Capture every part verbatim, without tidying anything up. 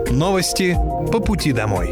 Новости по пути домой.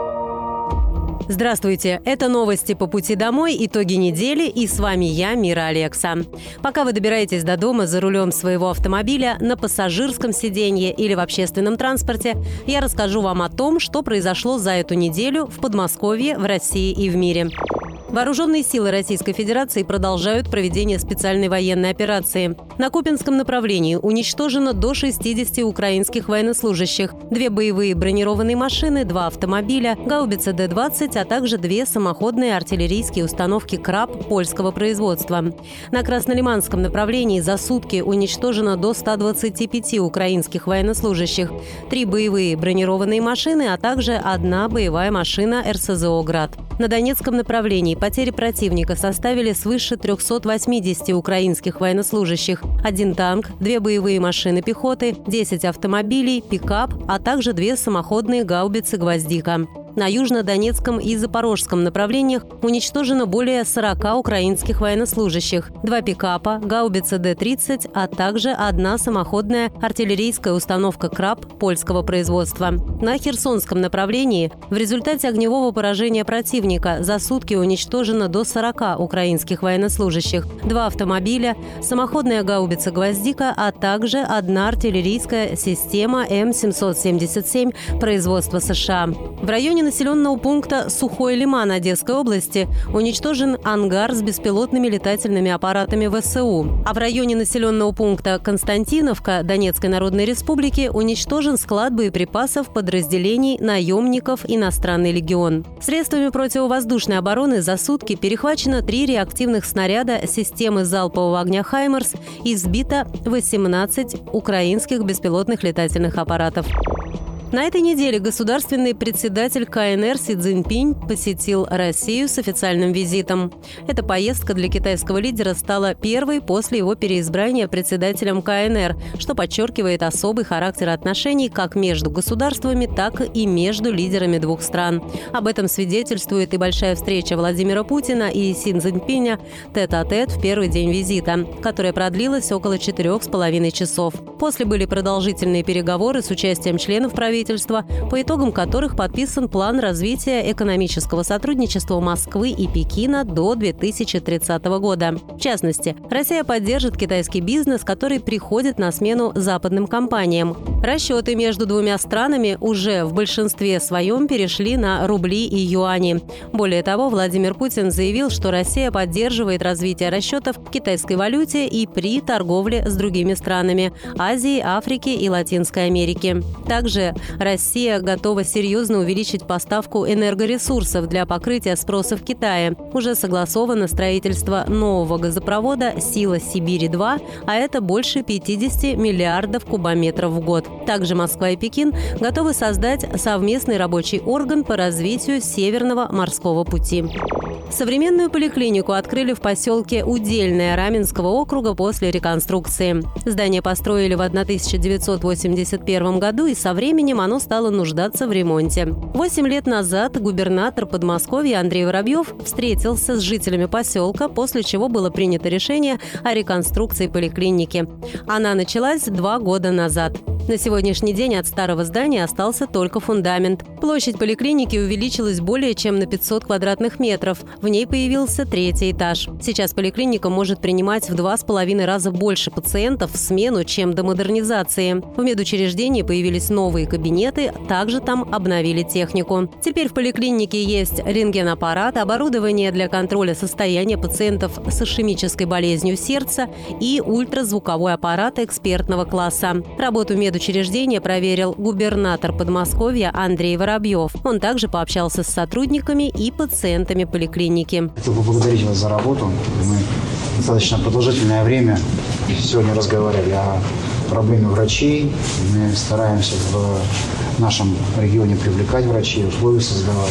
Здравствуйте, это новости по пути домой, итоги недели, и с вами я, Мира Алекса. Пока вы добираетесь до дома за рулем своего автомобиля, на пассажирском сиденье или в общественном транспорте, я расскажу вам о том, что произошло за эту неделю в Подмосковье, в России и в мире. Вооруженные силы Российской Федерации продолжают проведение специальной военной операции. На Купянском направлении уничтожено до шестидесяти украинских военнослужащих, две боевые бронированные машины, два автомобиля, гаубица Д двадцать, а также две самоходные артиллерийские установки «Краб» польского производства. На Краснолиманском направлении за сутки уничтожено до ста двадцати пяти украинских военнослужащих, три боевые бронированные машины, а также одна боевая машина эр эс зэ о «Град». На Донецком направлении потери противника составили свыше трёхсот восьмидесяти украинских военнослужащих, один танк, две боевые машины пехоты, десять автомобилей, пикап, а также две самоходные гаубицы «Гвоздика». На Южно-Донецком и Запорожском направлениях уничтожено более сорока украинских военнослужащих, два пикапа, гаубица Д тридцать, а также одна самоходная артиллерийская установка «Краб» польского производства. На Херсонском направлении в результате огневого поражения противника за сутки уничтожено до сорока украинских военнослужащих, два автомобиля, самоходная гаубица «Гвоздика», а также одна артиллерийская система М семьсот семьдесят семь производства США. В районе населенного пункта Сухой Лиман Одесской области уничтожен ангар с беспилотными летательными аппаратами вэ эс у. А в районе населенного пункта Константиновка Донецкой Народной Республики уничтожен склад боеприпасов подразделений наемников «Иностранный легион». Средствами противовоздушной обороны за сутки перехвачено три реактивных снаряда системы залпового огня «Хаймарс» и сбито восемнадцать украинских беспилотных летательных аппаратов. На этой неделе государственный председатель ка эн эр Си Цзиньпинь посетил Россию с официальным визитом. Эта поездка для китайского лидера стала первой после его переизбрания председателем ка эн эр, что подчеркивает особый характер отношений как между государствами, так и между лидерами двух стран. Об этом свидетельствует и большая встреча Владимира Путина и Си Цзиньпиня тет-а-тет в первый день визита, которая продлилась около четырех с половиной часов. После были продолжительные переговоры с участием членов правительства, по итогам которых подписан план развития экономического сотрудничества Москвы и Пекина до две тысячи тридцатого года. В частности, Россия поддержит китайский бизнес, который приходит на смену западным компаниям. Расчеты между двумя странами уже в большинстве своем перешли на рубли и юани. Более того, Владимир Путин заявил, что Россия поддерживает развитие расчетов в китайской валюте и при торговле с другими странами Азии, Африки и Латинской Америки. Также Россия готова серьезно увеличить поставку энергоресурсов для покрытия спроса в Китае. Уже согласовано строительство нового газопровода «Сила Сибири-два», а это больше пятидесяти миллиардов кубометров в год. Также Москва и Пекин готовы создать совместный рабочий орган по развитию Северного морского пути. Современную поликлинику открыли в поселке Удельное Раменского округа после реконструкции. Здание построили в тысяча девятьсот восемьдесят первом году, и со временем оно стало нуждаться в ремонте. Восемь лет назад губернатор Подмосковья Андрей Воробьев встретился с жителями поселка, после чего было принято решение о реконструкции поликлиники. Она началась два года назад. На сегодняшний день от старого здания остался только фундамент. Площадь поликлиники увеличилась более чем на пятьсот квадратных метров. В ней появился третий этаж. Сейчас поликлиника может принимать в два с половиной раза больше пациентов в смену, чем до модернизации. В медучреждении появились новые кабинеты, также там обновили технику. Теперь в поликлинике есть рентгенаппарат, оборудование для контроля состояния пациентов с ишемической болезнью сердца и ультразвуковой аппарат экспертного класса. Работу медучреждения проверил губернатор Подмосковья Андрей Воробьев. Он также пообщался с сотрудниками и пациентами поликлиники. Хочу поблагодарить вас за работу. Мы достаточно продолжительное время сегодня разговаривали о проблеме врачей. Мы стараемся в нашем регионе привлекать врачей, условия создавать.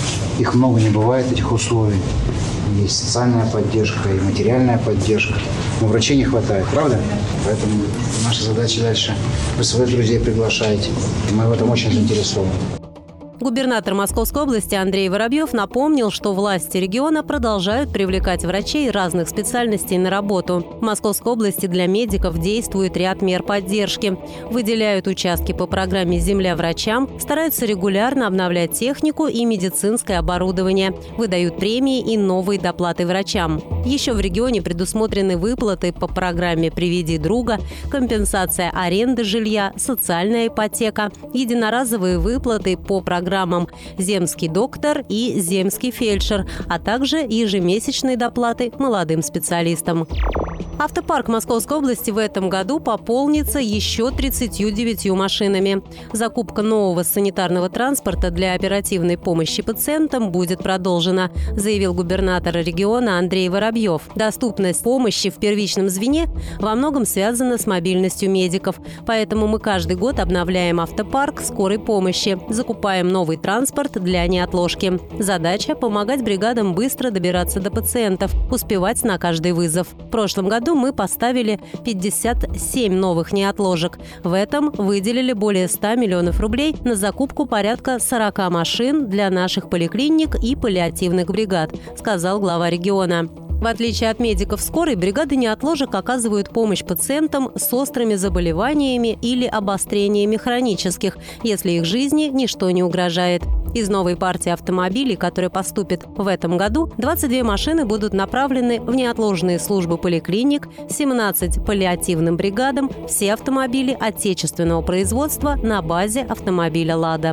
Их много не бывает, этих условий. Есть социальная поддержка и материальная поддержка. Но врачей не хватает, правда? Поэтому наша задача дальше. Вы своих друзей приглашаете. Мы в этом очень заинтересованы. Губернатор Московской области Андрей Воробьев напомнил, что власти региона продолжают привлекать врачей разных специальностей на работу. В Московской области для медиков действует ряд мер поддержки. Выделяют участки по программе «Земля врачам», стараются регулярно обновлять технику и медицинское оборудование, выдают премии и новые доплаты врачам. Еще в регионе предусмотрены выплаты по программе «Приведи друга», компенсация аренды жилья, социальная ипотека, единоразовые выплаты по программам «Земский доктор» и «Земский фельдшер», а также ежемесячные доплаты молодым специалистам. Автопарк Московской области в этом году пополнится еще тридцатью девятью машинами. Закупка нового санитарного транспорта для оперативной помощи пациентам будет продолжена, заявил губернатор региона Андрей Воробьев. Доступность помощи в первичном звене во многом связана с мобильностью медиков, поэтому мы каждый год обновляем автопарк скорой помощи, закупаем новый транспорт для неотложки. Задача – помогать бригадам быстро добираться до пациентов, успевать на каждый вызов. В прошлом году мы поставили пятьдесят семь новых неотложек. В этом выделили более ста миллионов рублей на закупку порядка сорока машин для наших поликлиник и паллиативных бригад, сказал глава региона. В отличие от медиков скорой, бригады неотложек оказывают помощь пациентам с острыми заболеваниями или обострениями хронических, если их жизни ничто не угрожает. Из новой партии автомобилей, которая поступит в этом году, двадцать две машины будут направлены в неотложные службы поликлиник, семнадцать – паллиативным бригадам, все автомобили отечественного производства на базе автомобиля «Лада».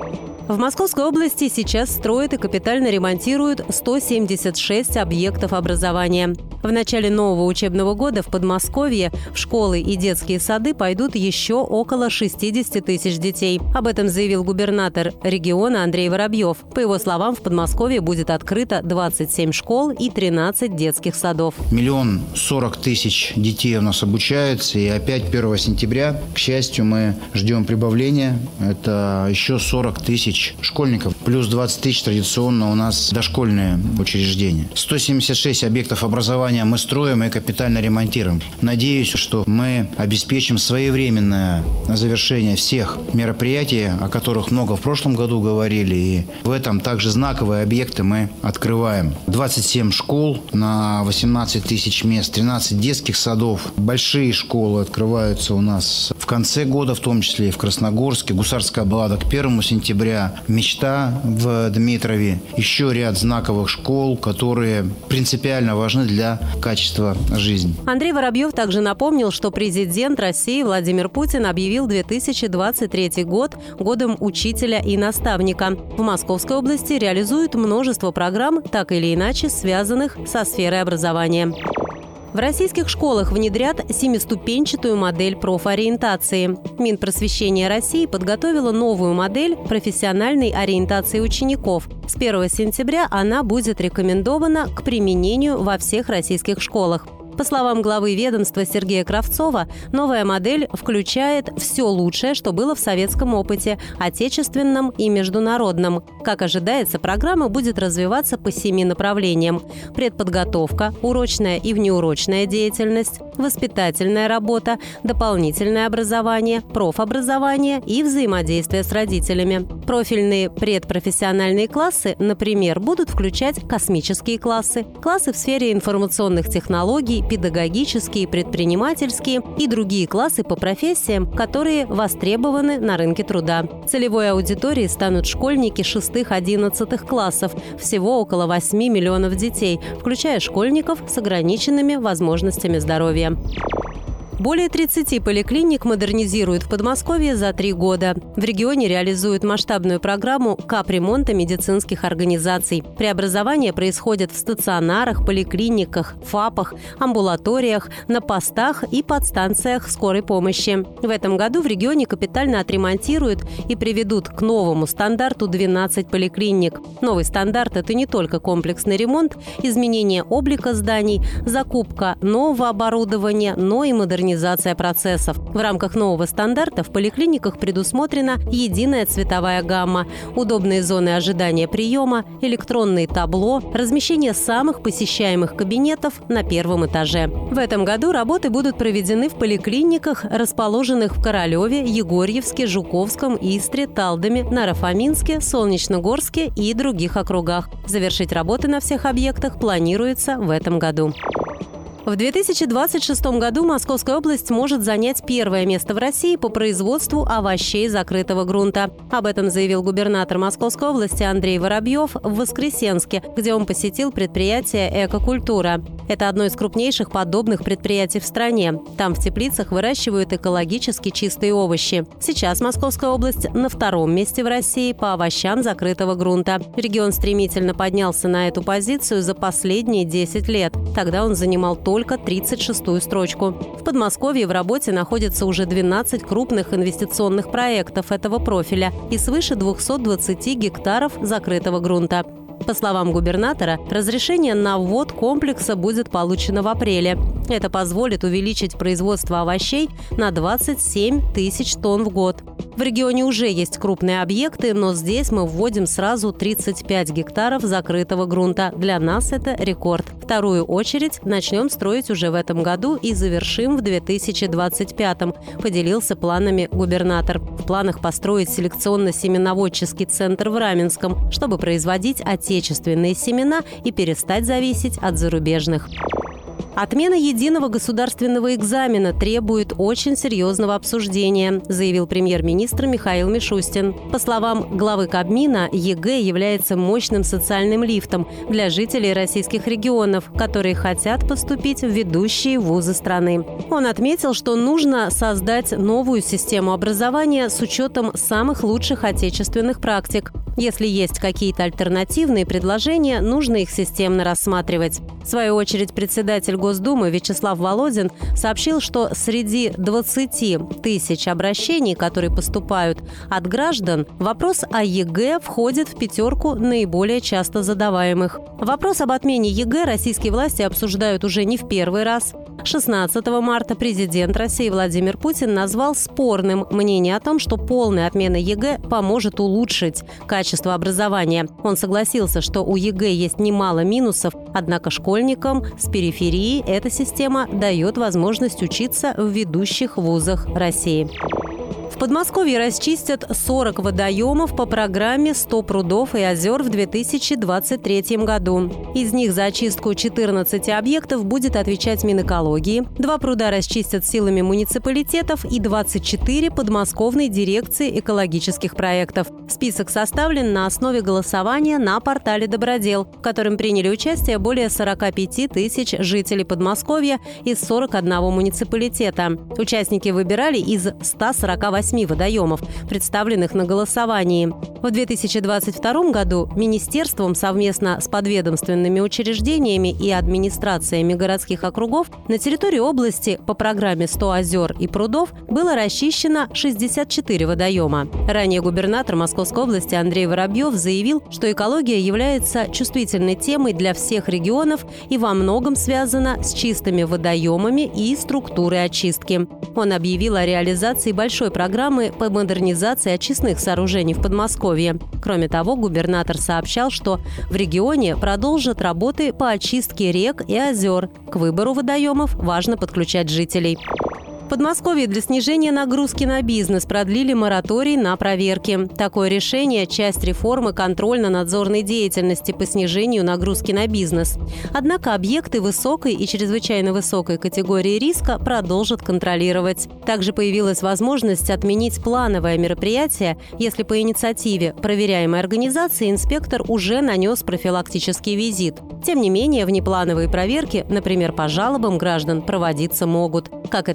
В Московской области сейчас строят и капитально ремонтируют сто семьдесят шесть объектов образования. В начале нового учебного года в Подмосковье в школы и детские сады пойдут еще около шестидесяти тысяч детей. Об этом заявил губернатор региона Андрей Воробьев. По его словам, в Подмосковье будет открыто двадцать семь школ и тринадцать детских садов. Миллион сорок тысяч детей у нас обучаются, и опять первого сентября, к счастью, мы ждем прибавления. Это еще сорок тысяч школьников, плюс двадцать тысяч традиционно у нас дошкольные учреждения. сто семьдесят шесть объектов образования мы строим и капитально ремонтируем. Надеюсь, что мы обеспечим своевременное завершение всех мероприятий, о которых много в прошлом году говорили, и в этом также знаковые объекты мы открываем. двадцать семь школ на восемнадцать тысяч мест, тринадцать детских садов. Большие школы открываются у нас в конце года, в том числе и в Красногорске, Гусарская баллада к первому сентября, Мечта в Дмитрове. Еще ряд знаковых школ, которые принципиально важны для качества жизни. Андрей Воробьев также напомнил, что президент России Владимир Путин объявил две тысячи двадцать третий год годом учителя и наставника. В Московской области реализуют множество программ, так или иначе связанных со сферой образования. В российских школах внедрят семиступенчатую модель профориентации. Минпросвещение России подготовила новую модель профессиональной ориентации учеников. С первого сентября она будет рекомендована к применению во всех российских школах. По словам главы ведомства Сергея Кравцова, новая модель включает все лучшее, что было в советском опыте, отечественном и международном. Как ожидается, программа будет развиваться по семи направлениям: предподготовка, урочная и внеурочная деятельность, воспитательная работа, дополнительное образование, профобразование и взаимодействие с родителями. Профильные предпрофессиональные классы, например, будут включать космические классы, классы в сфере информационных технологий, педагогические, предпринимательские и другие классы по профессиям, которые востребованы на рынке труда. Целевой аудиторией станут школьники шестых-одиннадцатых классов, всего около восьми миллионов детей, включая школьников с ограниченными возможностями здоровья. Более тридцати поликлиник модернизируют в Подмосковье за три года. В регионе реализуют масштабную программу капремонта медицинских организаций. Преобразования происходят в стационарах, поликлиниках, ФАПах, амбулаториях, на постах и подстанциях скорой помощи. В этом году в регионе капитально отремонтируют и приведут к новому стандарту двенадцать поликлиник. Новый стандарт – это не только комплексный ремонт, изменение облика зданий, закупка нового оборудования, но и модернизация модернизация процессов. В рамках нового стандарта в поликлиниках предусмотрена единая цветовая гамма, удобные зоны ожидания приема, электронные табло, размещение самых посещаемых кабинетов на первом этаже. В этом году работы будут проведены в поликлиниках, расположенных в Королеве, Егорьевске, Жуковском, Истре, Талдоме, Наро-Фоминске, Солнечногорске и других округах. Завершить работы на всех объектах планируется в этом году. В две тысячи двадцать шестом году Московская область может занять первое место в России по производству овощей закрытого грунта. Об этом заявил губернатор Московской области Андрей Воробьев в Воскресенске, где он посетил предприятие «Экокультура». Это одно из крупнейших подобных предприятий в стране. Там в теплицах выращивают экологически чистые овощи. Сейчас Московская область на втором месте в России по овощам закрытого грунта. Регион стремительно поднялся на эту позицию за последние десять лет. Тогда он занимал только тридцать шестую строчку. В Подмосковье в работе находится уже двенадцать крупных инвестиционных проектов этого профиля и свыше двухсот двадцати гектаров закрытого грунта. По словам губернатора, разрешение на ввод комплекса будет получено в апреле. Это позволит увеличить производство овощей на двадцать семь тысяч тонн в год. В регионе уже есть крупные объекты, но здесь мы вводим сразу тридцать пять гектаров закрытого грунта. Для нас это рекорд. Вторую очередь начнем строить уже в этом году и завершим в две тысячи двадцать пятом, поделился планами губернатор. В планах построить селекционно-семеноводческий центр в Раменском, чтобы производить отечественные семена и перестать зависеть от зарубежных. Отмена единого государственного экзамена требует очень серьезного обсуждения, заявил премьер-министр Михаил Мишустин. По словам главы Кабмина, ЕГЭ является мощным социальным лифтом для жителей российских регионов, которые хотят поступить в ведущие вузы страны. Он отметил, что нужно создать новую систему образования с учетом самых лучших отечественных практик. Если есть какие-то альтернативные предложения, нужно их системно рассматривать. В свою очередь, председатель Госдумы Вячеслав Володин сообщил, что среди двадцати тысяч обращений, которые поступают от граждан, вопрос о ЕГЭ входит в пятерку наиболее часто задаваемых. Вопрос об отмене ЕГЭ российские власти обсуждают уже не в первый раз. шестнадцатого марта президент России Владимир Путин назвал спорным мнение о том, что полная отмена ЕГЭ поможет улучшить качество образования. Он согласился, что у ЕГЭ есть немало минусов, однако школьникам с периферии эта система дает возможность учиться в ведущих вузах России. В Подмосковье расчистят сорок водоемов по программе «сто прудов и озер» в две тысячи двадцать третьем году. Из них за очистку четырнадцати объектов будет отвечать Минэкологии. Два пруда расчистят силами муниципалитетов и двадцать четыре подмосковной дирекции экологических проектов. Список составлен на основе голосования на портале «Добродел», в котором приняли участие более сорока пяти тысяч жителей Подмосковья из сорока одного муниципалитета. Участники выбирали из ста сорока восьми водоемов, представленных на голосовании. В две тысячи двадцать втором году министерством совместно с подведомственными учреждениями и администрациями городских округов на территории области по программе «сто озер и прудов» было расчищено шестьдесят четыре водоема. Ранее губернатор Московской области Андрей Воробьев заявил, что экология является чувствительной темой для всех регионов и во многом связана с чистыми водоемами и структурой очистки. Он объявил о реализации большой программы по модернизации очистных сооружений в Подмосковье. Кроме того, губернатор сообщал, что в регионе продолжат работы по очистке рек и озер. К выбору водоемов важно подключать жителей. В Подмосковье для снижения нагрузки на бизнес продлили мораторий на проверки. Такое решение – часть реформы контрольно-надзорной деятельности по снижению нагрузки на бизнес. Однако объекты высокой и чрезвычайно высокой категории риска продолжат контролировать. Также появилась возможность отменить плановое мероприятие, если по инициативе проверяемой организации инспектор уже нанес профилактический визит. Тем не менее, внеплановые проверки, например, по жалобам граждан, проводиться могут. Как это работает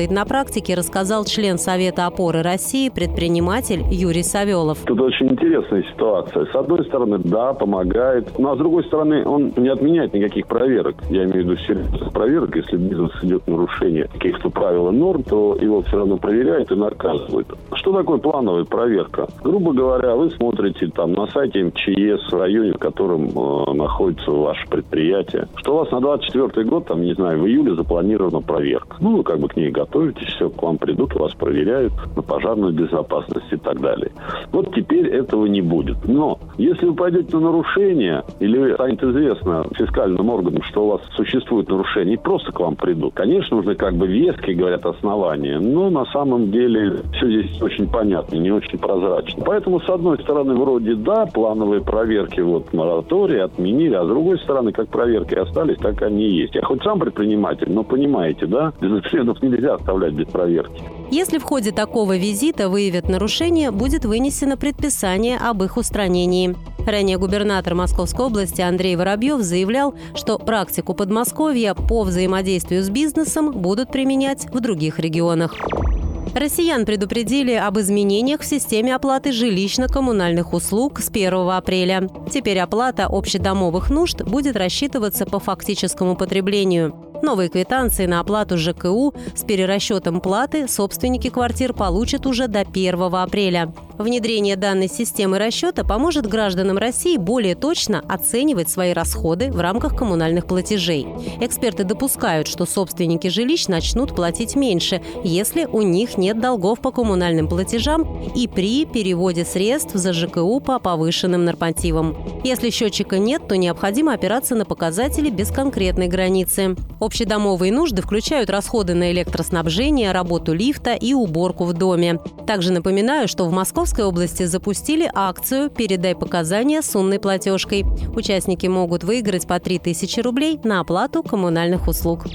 работает на практике, рассказал член Совета опоры России, предприниматель Юрий Савелов. Тут очень интересная ситуация. С одной стороны, да, помогает, но а с другой стороны, он не отменяет никаких проверок. Я имею в виду серьезных проверок. Если бизнес идет нарушение каких-то правил и норм, то его все равно проверяют и наказывают. Что такое плановая проверка? Грубо говоря, вы смотрите там на сайте эм че эс в районе, в котором э, находится ваше предприятие, что у вас на двадцать четвёртый год, там, не знаю, в июле запланирована проверка. Ну, вы как бы к ней готовитесь, все, к вам придут, вас проверяют на пожарную безопасность и так далее. Вот теперь этого не будет. Но если вы пойдете на нарушение, или станет известно фискальным органам, что у вас существует нарушение, и просто к вам придут. Конечно, нужны как бы веские, говорят, основания, но на самом деле все здесь очень понятно, не очень прозрачно. Поэтому, с одной стороны, вроде да, плановые проверки, вот моратории отменили, а с другой стороны, как проверки остались, так они и есть. Я хоть сам предприниматель, но понимаете, да, бизнесменов нельзя оставлять без проверки. Если в ходе такого визита выявят нарушение, будет вынесено предписание об их устранении. Ранее губернатор Московской области Андрей Воробьев заявлял, что практику Подмосковья по взаимодействию с бизнесом будут применять в других регионах. Россиян предупредили об изменениях в системе оплаты жилищно-коммунальных услуг с первого апреля. Теперь оплата общедомовых нужд будет рассчитываться по фактическому потреблению. Новые квитанции на оплату жэ ка у с перерасчетом платы собственники квартир получат уже до первого апреля. Внедрение данной системы расчета поможет гражданам России более точно оценивать свои расходы в рамках коммунальных платежей. Эксперты допускают, что собственники жилищ начнут платить меньше, если у них нет долгов по коммунальным платежам и при переводе средств за жэ ка у по повышенным нормативам. Если счетчика нет, то необходимо опираться на показатели без конкретной границы. Общедомовые нужды включают расходы на электроснабжение, работу лифта и уборку в доме. Также напоминаю, что в Московской области запустили акцию «Передай показания с умной платежкой». Участники могут выиграть по три тысячи рублей на оплату коммунальных услуг.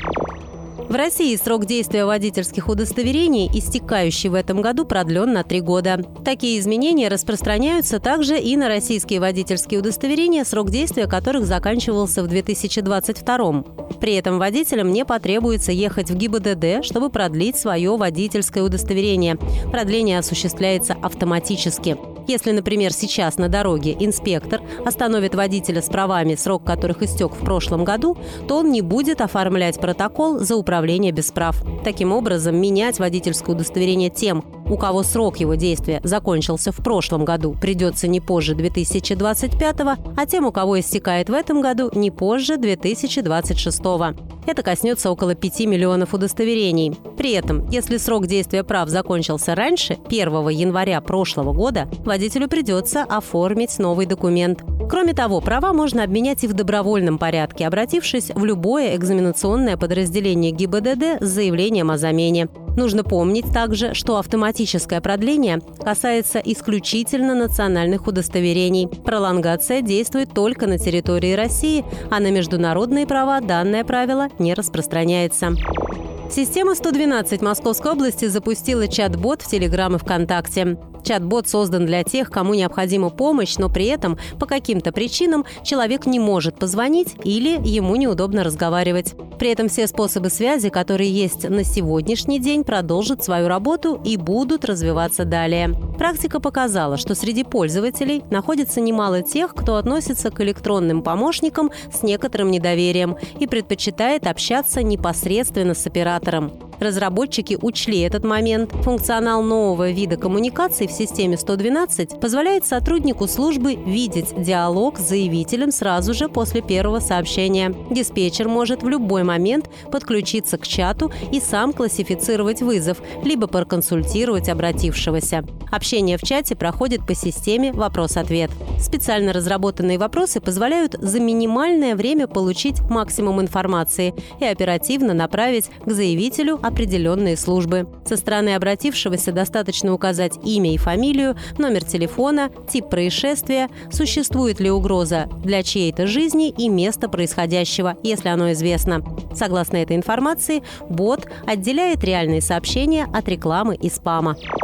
В России срок действия водительских удостоверений, истекающий в этом году, продлен на три года. Такие изменения распространяются также и на российские водительские удостоверения, срок действия которых заканчивался в две тысячи двадцать втором. При этом водителям не потребуется ехать в гэ и бэ дэ дэ, чтобы продлить свое водительское удостоверение. Продление осуществляется автоматически. Если, например, сейчас на дороге инспектор остановит водителя с правами, срок которых истек в прошлом году, то он не будет оформлять протокол за управление без прав. Таким образом, менять водительское удостоверение тем, у кого срок его действия закончился в прошлом году, придется не позже две тысячи двадцать пятого, а тем, у кого истекает в этом году, не позже две тысячи двадцать шестого. Это коснется около пяти миллионов удостоверений. При этом, если срок действия прав закончился раньше, первого января прошлого года, водителю придется оформить новый документ. Кроме того, права можно обменять и в добровольном порядке, обратившись в любое экзаменационное подразделение гэ и бэ дэ дэ с заявлением о замене. Нужно помнить также, что автоматическое продление касается исключительно национальных удостоверений. Пролонгация действует только на территории России, а на международные права данное правило не распространяется. Система сто двенадцать Московской области запустила чат-бот в Телеграм и ВКонтакте. Чат-бот создан для тех, кому необходима помощь, но при этом по каким-то причинам человек не может позвонить или ему неудобно разговаривать. При этом все способы связи, которые есть на сегодняшний день, продолжат свою работу и будут развиваться далее. Практика показала, что среди пользователей находится немало тех, кто относится к электронным помощникам с некоторым недоверием и предпочитает общаться непосредственно с оператором. Разработчики учли этот момент. Функционал нового вида коммуникаций в системе сто двенадцать позволяет сотруднику службы видеть диалог с заявителем сразу же после первого сообщения. Диспетчер может в любой момент подключиться к чату и сам классифицировать вызов, либо проконсультировать обратившегося. Общение в чате проходит по системе вопрос-ответ. Специально разработанные вопросы позволяют за минимальное время получить максимум информации и оперативно направить к заявителю определенные службы. Со стороны обратившегося достаточно указать имя и фамилию, номер телефона, тип происшествия, существует ли угроза для чьей-то жизни и место происходящего, если оно известно. Согласно этой информации, бот отделяет реальные сообщения от рекламы и спама.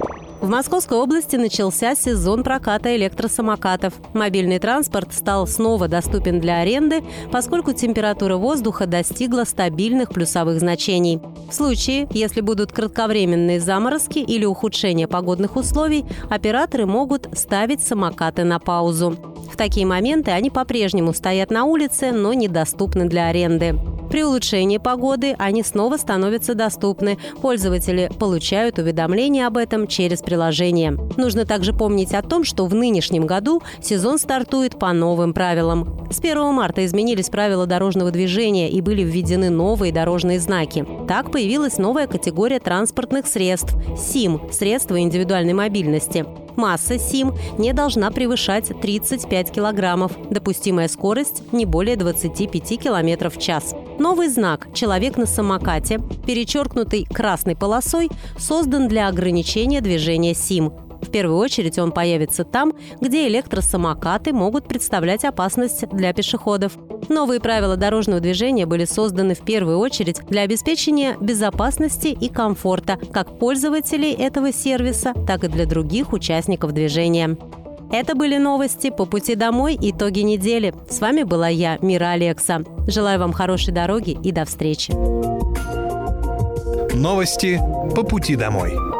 В Московской области начался сезон проката электросамокатов. Мобильный транспорт стал снова доступен для аренды, поскольку температура воздуха достигла стабильных плюсовых значений. В случае, если будут кратковременные заморозки или ухудшение погодных условий, операторы могут ставить самокаты на паузу. В такие моменты они по-прежнему стоят на улице, но недоступны для аренды. При улучшении погоды они снова становятся доступны. Пользователи получают уведомления об этом через приложение. Нужно также помнить о том, что в нынешнем году сезон стартует по новым правилам. С первого марта изменились правила дорожного движения и были введены новые дорожные знаки. Так появилась новая категория транспортных средств – СИМ – средства индивидуальной мобильности. Масса СИМ не должна превышать тридцать пять килограммов. Допустимая скорость – не более двадцати пяти километров в час. Новый знак «Человек на самокате», перечеркнутый красной полосой, создан для ограничения движения СИМ. В первую очередь он появится там, где электросамокаты могут представлять опасность для пешеходов. Новые правила дорожного движения были созданы в первую очередь для обеспечения безопасности и комфорта как пользователей этого сервиса, так и для других участников движения. Это были новости по пути домой, итоги недели. С вами была я, Мира Алекса. Желаю вам хорошей дороги и до встречи. Новости по пути домой.